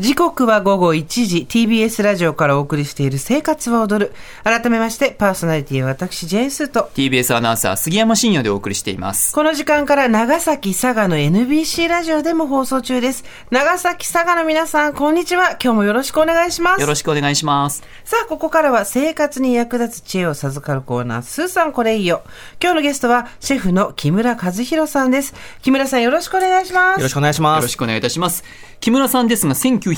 時刻は午後1時、TBS ラジオからお送りしている生活は踊る。改めましてパーソナリティは私ジェーンスーと TBS アナウンサー杉山真也でお送りしています。 この時間から長崎佐賀の NBC ラジオでも放送中です。長崎佐賀の皆さんこんにちは。今日もよろしくお願いします。 よろしくお願いします。 さあここからは生活に役立つ知恵を授かるコーナー、スーさんこれいいよ。今日のゲストはシェフの木村和弘さんです。木村さんよろしくお願いします。 よろしくお願いします。 よろしくお願いいたします。木村さんですが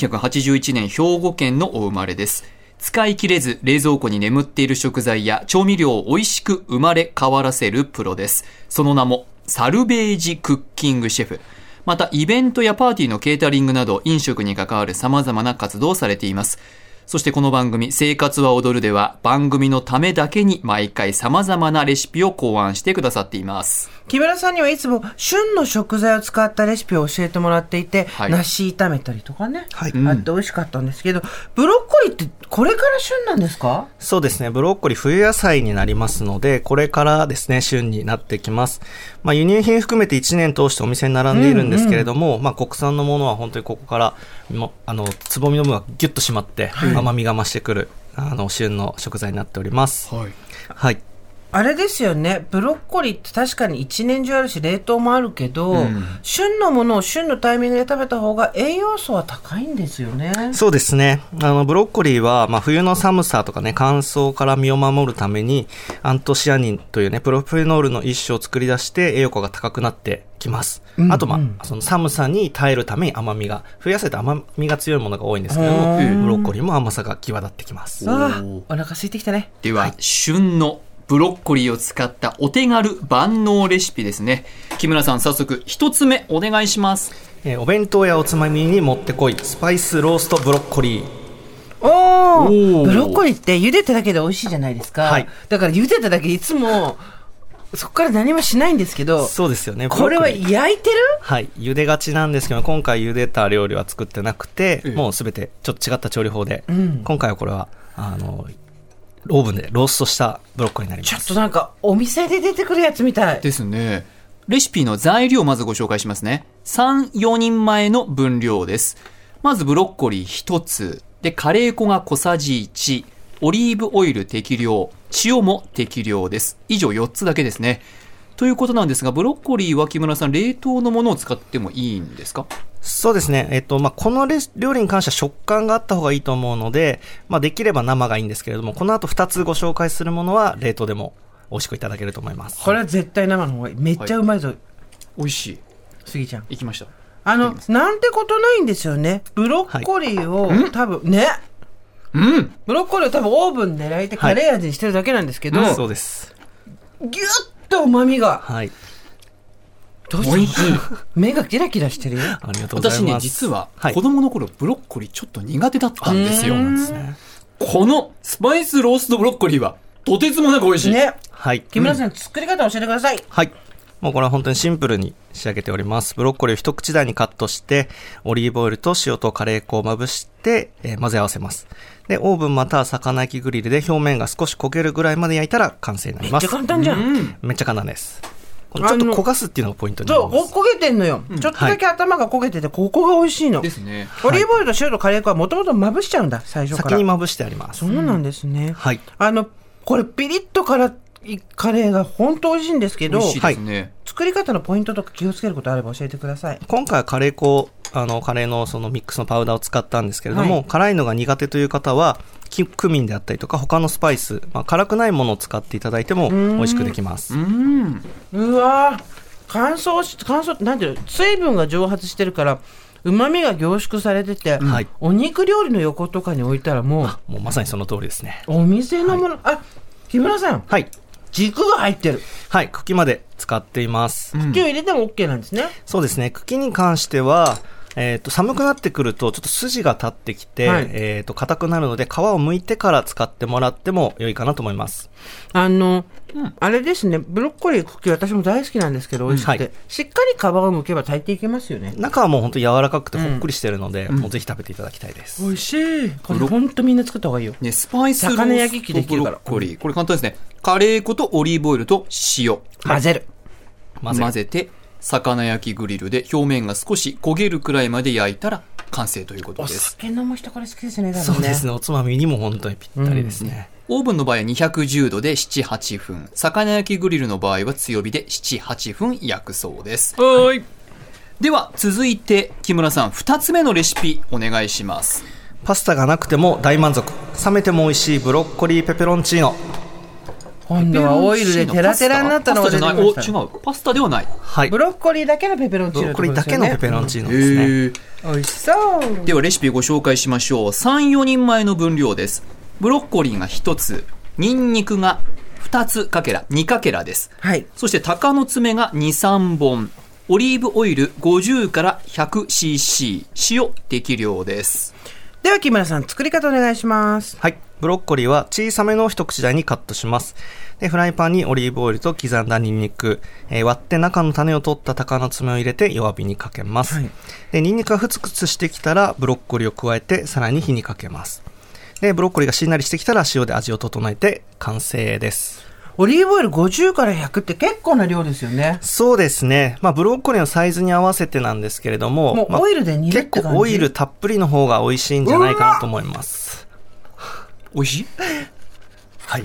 1981年兵庫県のお生まれです。使い切れず冷蔵庫に眠っている食材や調味料を美味しく生まれ変わらせるプロです。その名もサルベージクッキングシェフ。またイベントやパーティーのケータリングなど飲食に関わる様々な活動をされています。そしてこの番組生活は踊るでは番組のためだけに毎回様々なレシピを考案してくださっています。 木村さんにはいつも旬の食材を使ったレシピを教えてもらっていて、 はい、 梨炒めたりとかね、 はい、 あって美味しかったんですけど、ブロッコリーってこれから旬なんですか？ そうですね、ブロッコリー冬野菜になりますのでこれからですね旬になってきます。輸入品含めて1年通してお店に並んでいるんですけれども、国産のものは本当にここからつぼみの部分がギュッと締まって甘みが増してくる、旬の食材になっております。 はい、 はい、 あれですよね、ブロッコリーって確かに一年中あるし冷凍もあるけど、旬のものを旬のタイミングで食べた方が栄養素は高いんですよね。 そうですね、ブロッコリーは、冬の寒さとかね乾燥から身を守るためにアントシアニンというねプロフェノールの一種を作り出して栄養価が高くなってきます。あとその寒さに耐えるために甘みが、冬野菜って甘みが強いものが多いんですけども、ブロッコリーも甘さが際立ってきます。 お腹空いてきたね。 では、旬のブロッコリーを使ったお手軽万能レシピですね。木村さん早速一つ目お願いします。 お弁当やおつまみにもってこいスパイスローストブロッコリー。 ブロッコリーって茹でただけで美味しいじゃないですか、はい、だから茹でただけいつもそこから何もしないんですけど。そうですよね。これは焼いてる？ はい、茹でがちなんですけど今回茹でた料理は作ってなくて、もうすべてちょっと違った調理法で、今回はこれはオーブンでローストしたブロッコリーになります。 ちょっとなんかお店で出てくるやつみたいですね。レシピの材料をまずご紹介しますね。3、4人前の分量です。まずブロッコリー1つで、カレー粉が小さじ1、オリーブオイル適量、塩も適量です。以上4つだけですね。ということなんですが、ブロッコリーは木村さん冷凍のものを使ってもいいんですか？ そうですね。この料理に関しては食感があった方がいいと思うので、できれば生がいいんですけれども、この後2つご紹介するものは冷凍でも美味しくいただけると思います。 これは絶対生の方がいい。めっちゃうまいぞ。 美味しい。 スギちゃん。 行きました。 なんてことないんですよね。ブロッコリーを、多分ね。ブロッコリーを多分オーブンで焼いてカレー味にしてるだけなんですけど、 そうです。 ギュッと旨味が。 はい。 どうした目がキラキラしてるよ。 ありがとうございます。 私ね、実は子供の頃ブロッコリーちょっと苦手だったんですよ。このスパイスローストブロッコリーはとてつもなく美味しい。ね。 はい。 木村さん、作り方教えてください。 はい。もうこれは本当にシンプルに仕上げております。ブロッコリーを一口大にカットして、オリーブオイルと塩とカレー粉をまぶして、混ぜ合わせます。で、オーブンまたは魚焼きグリルで表面が少し焦げるぐらいまで焼いたら完成になります。 めっちゃ簡単じゃん。 めっちゃ簡単です。ちょっと焦がすっていうのがポイントになります。 そう、焦げてんのよ。ちょっとだけ頭が焦げてて、ここが美味しいの。 ですね。 オリーブオイルと塩とカレー粉はもともとまぶしちゃうんだ、最初から。 先にまぶしてあります。 そうなんですね。 はい。 これピリッと辛いカレーが本当美味しいんですけど、 美味しいですね。 作り方のポイントとか気をつけることあれば教えてください。 今回はカレー粉、カレーのそのミックスのパウダーを使ったんですけれども、辛いのが苦手という方はクミンであったりとか他のスパイス、辛くないものを使っていただいても美味しくできます。 うわ、乾燥なんていうの、水分が蒸発してるから旨味が凝縮されてて、お肉料理の横とかに置いたらもうまさにその通りですね。 お店のもの、木村さん、軸が入ってる。 はい、茎まで使っています。 茎を入れても OK なんですね。 そうですね。茎に関しては寒くなってくるとちょっと筋が立ってきて、硬くなるので皮を剥いてから使ってもらっても良いかなと思います。あれですね、ブロッコリー茎私も大好きなんですけど美味しくて、しっかり皮を剥けば大抵いけますよね。 中はもう本当に柔らかくてほっくりしてるので、もうぜひ食べていただきたいです。 美味しい。これ本当みんな作った方がいいよ。 ね、スパイスローストブロッコリー、これ簡単ですね。カレー粉とオリーブオイルと塩、 混ぜる。 混ぜて魚焼きグリルで表面が少し焦げるくらいまで焼いたら完成ということです。 お酒飲む人これ好きですね。 そうですね。おつまみにも本当にぴったりですね。 オーブンの場合は210度で7、8分。魚焼きグリルの場合は強火で7、8分焼くそうです。 はい。 では続いて木村さん、2つ目のレシピお願いします。 パスタがなくても大満足、冷めても美味しいブロッコリーペペロンチーノ。 今度はオイルでテラテラになったのが出てきました。 違う、パスタではない。 はい。 ブロッコリーだけのペペロンチーノ、 ブロッコリーだけのペペロンチーノですね。 美味しそう。 ではレシピご紹介しましょう。3、4人前の分量です。ブロッコリーが1つ、ニンニクが2つかけら、2かけらです。 はい。 そして鷹の爪が2、3本。オリーブオイル50から 100cc、 塩適量です。 では木村さん、作り方お願いします。 はい。ブロッコリーは小さめの一口大にカットします。で、フライパンにオリーブオイルと刻んだニンニク、割って中の種を取った鷹の爪を入れて弱火にかけます。はい、で、ニンニクがふつふつしてきたらブロッコリーを加えてさらに火にかけます。で、ブロッコリーがしんなりしてきたら塩で味を整えて完成です。 オリーブオイル50から100って結構な量ですよね。 そうですね。ブロッコリーのサイズに合わせてなんですけれども、 もうオイルで煮るって感じ。 結構オイルたっぷりの方が美味しいんじゃないかなと思います。 美味しい？ はい。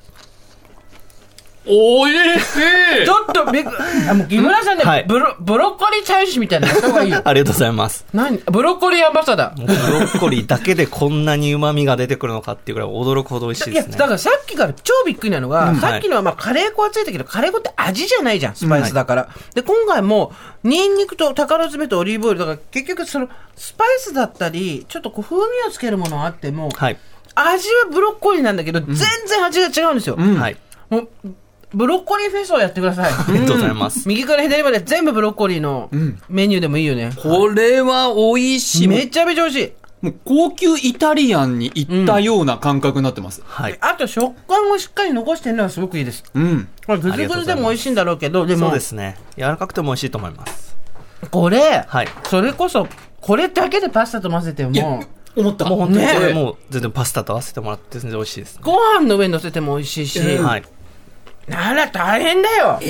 おいしい。 ちょっともう木村さんね、はい、ブロッコリー大使みたいな人がいいよ。 ありがとうございます。 ブロッコリーアンバサダー。 ブロッコリーだけでこんなに旨味が出てくるのかっていうぐらい驚くほど美味しいですね。 いや、だからさっきから超びっくりなのが、さっきのはカレー粉はついたけど、カレー粉って味じゃないじゃん、スパイスだから。はい、で、今回も、ニンニクと鷹の爪とオリーブオイルだから、結局その、スパイスだったり、ちょっと風味をつけるものがあっても、はい、味はブロッコリーなんだけど、全然味が違うんですよ。はい。もうブロッコリーフェスをやってください。 ありがとうございます。 右から左まで全部ブロッコリーのメニューでもいいよね。 これは美味しい。 めちゃめちゃ美味しい。 もう高級イタリアンに行ったような感覚になってます。 はい。あと食感をしっかり残してるのはすごくいいです。これぐずぐずでも美味しいんだろうけど、でも。 そうですね。柔らかくても美味しいと思います。 これ、はい、それこそ、これだけでパスタと混ぜても、 思った。もう本当にこれもう全然パスタと合わせてもらって全然美味しいです、ね。 ご飯の上に乗せても美味しいし、はい。あら大変だよ。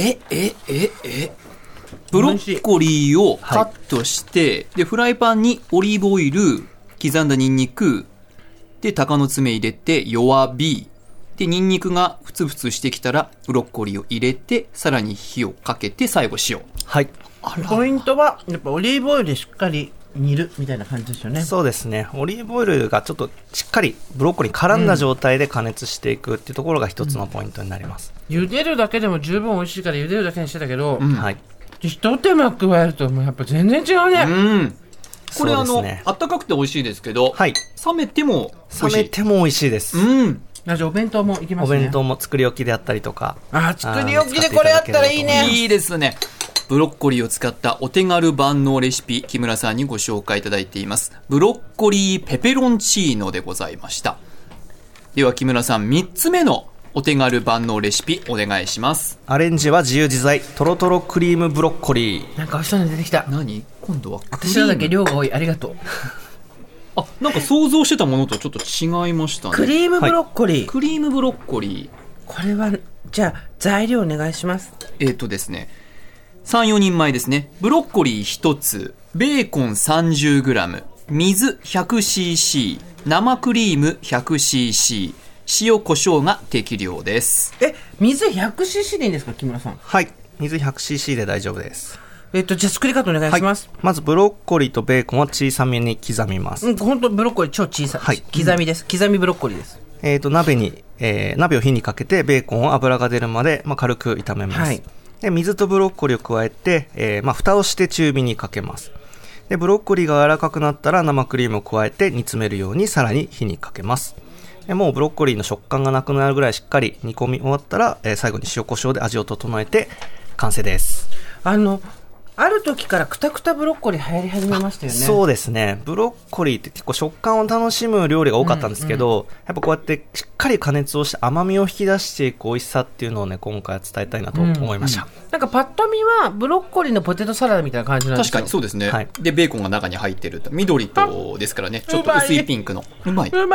ブロッコリーをカットして、はい、でフライパンにオリーブオイル、刻んだニンニクで鷹の爪入れて弱火で、ニンニクがふつふつしてきたらブロッコリーを入れてさらに火をかけて最後塩。 はい。 ポイントはやっぱオリーブオイルでしっかり煮るみたいな感じですよね。 そうですね。オリーブオイルがちょっとしっかりブロッコリーに絡んだ状態で加熱していくっていうところが一つのポイントになります。 茹でるだけでも十分美味しいから茹でるだけにしてたけど、はい。一手間加えるともうやっぱ全然違うね。 これね、あったかくて美味しいですけど、はい、冷めても美味しいです。 じゃあお弁当もいきますね。 お弁当も作り置きであったりとか。 作り置きでこれあったらいいね。 いいですね。ブロッコリーを使ったお手軽万能レシピ、木村さんにご紹介いただいています。ブロッコリーペペロンチーノでございました。では木村さん、3つ目のお手軽万能レシピお願いします。 アレンジは自由自在、トロトロクリームブロッコリー。 なんか美味しそうなの出てきた。 何？今度は私のだけ量が多い。ありがとう。 あ、なんか想像してたものとちょっと違いましたね。 クリームブロッコリー。 はい、クリームブロッコリー。 これはじゃあ材料お願いします。 ですね、3、4人前ですね。ブロッコリー1つ、ベーコン 30g、水 100cc、生クリーム 100cc、塩コショウが適量です。 水 100cc でいいんですか、木村さん。 はい、水 100cc で大丈夫です。 じゃあ作り方お願いします。 はい、まずブロッコリーとベーコンは小さめに刻みます。 本当ブロッコリー超小さい。はい、刻みです。刻みブロッコリーです。 鍋を火にかけてベーコンを油が出るまで、軽く炒めます。はい、で水とブロッコリーを加えて、蓋をして中火にかけます。でブロッコリーが柔らかくなったら生クリームを加えて煮詰めるようにさらに火にかけます。でもうブロッコリーの食感がなくなるぐらいしっかり煮込み終わったら、最後に塩コショウで味を整えて完成です。 ある時からクタクタブロッコリー流行り始めましたよね。 そうですね。ブロッコリーって結構食感を楽しむ料理が多かったんですけど、やっぱこうやってしっかり加熱をして甘みを引き出していく美味しさっていうのをね、今回は伝えたいなと思いました。 なんかパッと見はブロッコリーのポテトサラダみたいな感じなんですよ。 確かにそうですね。はい、でベーコンが中に入ってると緑とですからね、ちょっと薄いピンクのうまい。 わ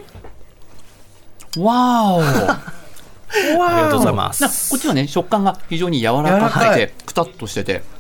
ーおありがとうございます。 こっちはね、食感が非常に柔らかくてくたっとしてて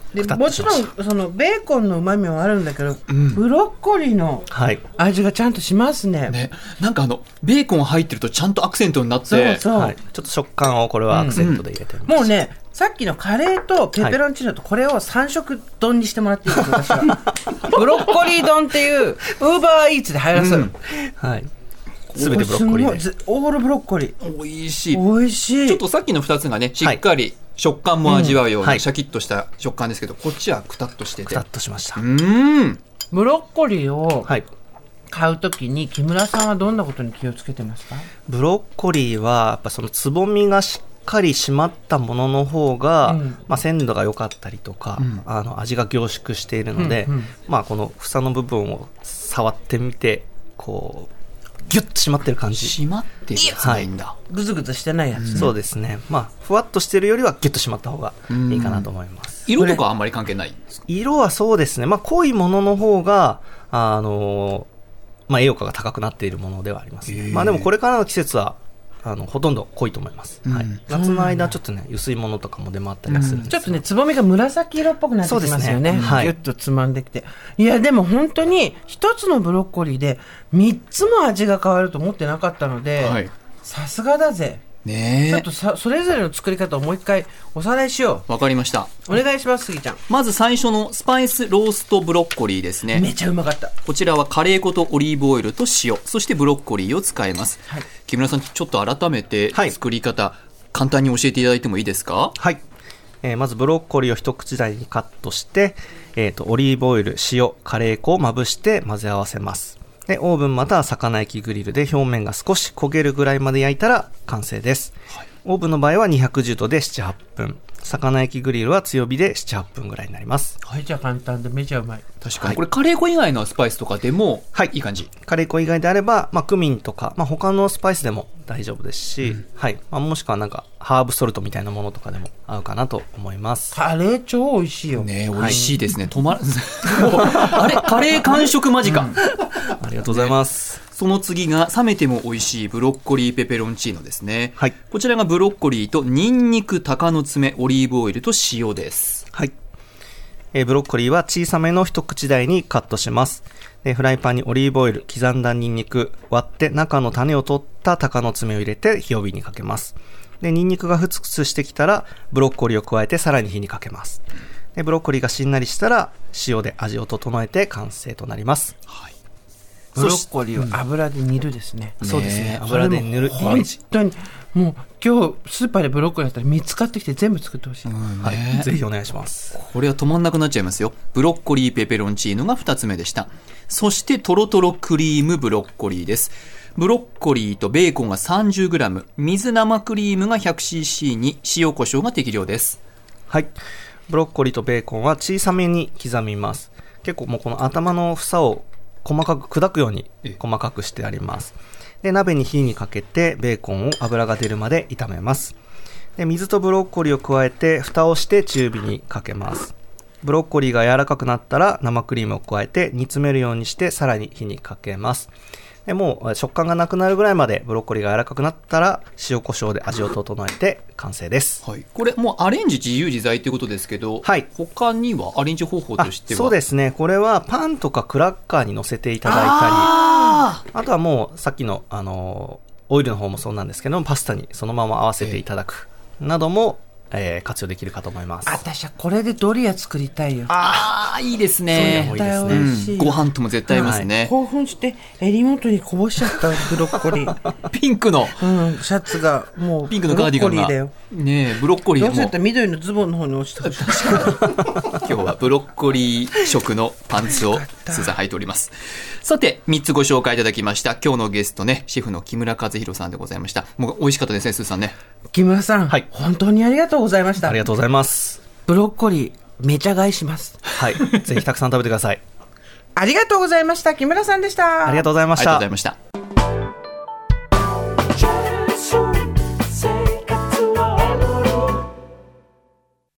でもちろんそのベーコンの旨味はあるんだけど、ブロッコリーの味がちゃんとしますね。 なんかベーコン入ってるとちゃんとアクセントになって、 ちょっと食感をこれはアクセントで入れてます。 もうね、さっきのカレーとペペロンチーノとこれを3色丼にしてもらっていいですか、私は。ブロッコリー丼っていうウーバーイーツで流行らせる。 すべてブロッコリーで。 オールブロッコリー。 美味しい。 美味しい。 ちょっとさっきの2つがね、しっかり食感も味わうようなシャキッとした食感ですけど、こっちはくたっとしてて。 くたっとしました。 ブロッコリーを買うときに木村さんはどんなことに気をつけてますか？ ブロッコリーはやっぱそのつぼみがしっかり締まったものの方が、鮮度が良かったりとか、味が凝縮しているので、この房の部分を触ってみてこうギュッと締まってる感じ。 締まってるやつがいいんだ。 ぐずぐずしてないやつ。 そうですね。ふわっとしてるよりはギュッと締まった方がいいかなと思います。 色とかあんまり関係ないんですか？ 色はそうですね。濃いものの方が栄養価が高くなっているものではありますね。でもこれからの季節はほとんど濃いと思います。夏の間ちょっとね薄いものとかも出回ったりはするんですけど、 ちょっとねつぼみが紫色っぽくなってきますよね。ギュッとつまんできて、いやでも本当に一つのブロッコリーで3つも味が変わると思ってなかったので、さすがだぜ。ちょっとそれぞれの作り方をもう一回おさらいしよう。 わかりました。 お願いします、杉ちゃん。 まず最初のスパイスローストブロッコリーですね。 めちゃうまかった。 こちらはカレー粉とオリーブオイルと塩、そしてブロッコリーを使います。木村さん、ちょっと改めて作り方、簡単に教えていただいてもいいですか？ まずブロッコリーを一口大にカットして、オリーブオイル、塩、カレー粉をまぶして混ぜ合わせます。でオーブンまたは魚焼きグリルで表面が少し焦げるぐらいまで焼いたら完成です。オーブンの場合は210度で 7,8 分、魚焼きグリルは強火で 7,8 分ぐらいになります。 じゃあ簡単でめちゃうまい。 確かに、これカレー粉以外のスパイスとかでもいい感じ？ カレー粉以外であれば、クミンとか、他のスパイスでも大丈夫ですし、もしくはなんかハーブソルトみたいなものとかでも合うかなと思います。 カレー超美味しいよね。美味しいですね。止まらずあれカレー完食間近。 ありがとうございます。 その次が冷めても美味しいブロッコリーペペロンチーノですね。こちらがブロッコリーとニンニク、鷹の爪、オリーブオイルと塩です。 ブロッコリーは小さめの一口大にカットします。フライパンにオリーブオイル、刻んだニンニク、割って中の種を取った鷹の爪を入れて弱火にかけます。ニンニクがふつふつしてきたらブロッコリーを加えてさらに火にかけます。ブロッコリーがしんなりしたら塩で味を整えて完成となります。 ブロッコリーを油で煮るですね。 そうですね。油で煮る。 本当にもう今日スーパーでブロッコリーだったら見つかってきて全部作ってほしい。 ぜひお願いします。 これは止まんなくなっちゃいますよ。ブロッコリーペペロンチーノが2つ目でした。そしてトロトロクリームブロッコリーです。ブロッコリーとベーコンが 30g、 水生クリームが 100cc に塩コショウが適量です。 ブロッコリーとベーコンは小さめに刻みます。結構もうこの頭の房を細かく砕くように細かくしてあります。で鍋に火にかけてベーコンを油が出るまで炒めます。で水とブロッコリーを加えて蓋をして中火にかけます。ブロッコリーが柔らかくなったら生クリームを加えて煮詰めるようにしてさらに火にかけます。でもう食感がなくなるぐらいまでブロッコリーが柔らかくなったら塩コショウで味を整えて完成です。 これもうアレンジ自由自在ということですけど、他にはアレンジ方法としては？ そうですね。これはパンとかクラッカーに乗せていただいたり、あとはもうさっきのオイルの方もそうなんですけどパスタにそのまま合わせていただくなども活用できるかと思います。 私はこれでドリア作りたいよ。 いいですね。 絶対美味しい。 ご飯とも絶対合いますね。 興奮して襟元にこぼしちゃったブロッコリー。 ピンクの、 シャツがもうピンクのガーディガンがブロッコリーも。 どうせだったら緑のズボンの方に落ちてほしい。 今日はブロッコリー色のパンツをスーさん履いております。さて3つご紹介いただきました。今日のゲストね、シェフの木村和弘さんでございました。もう美味しかったですね、スーさんね。 木村さん、本当にありがとうございました。 ありがとうございます。 ブロッコリーめちゃ買いします。 ぜひたくさん食べてください。 ありがとうございました。木村さんでした。 ありがとうございました。 ありがとうございました。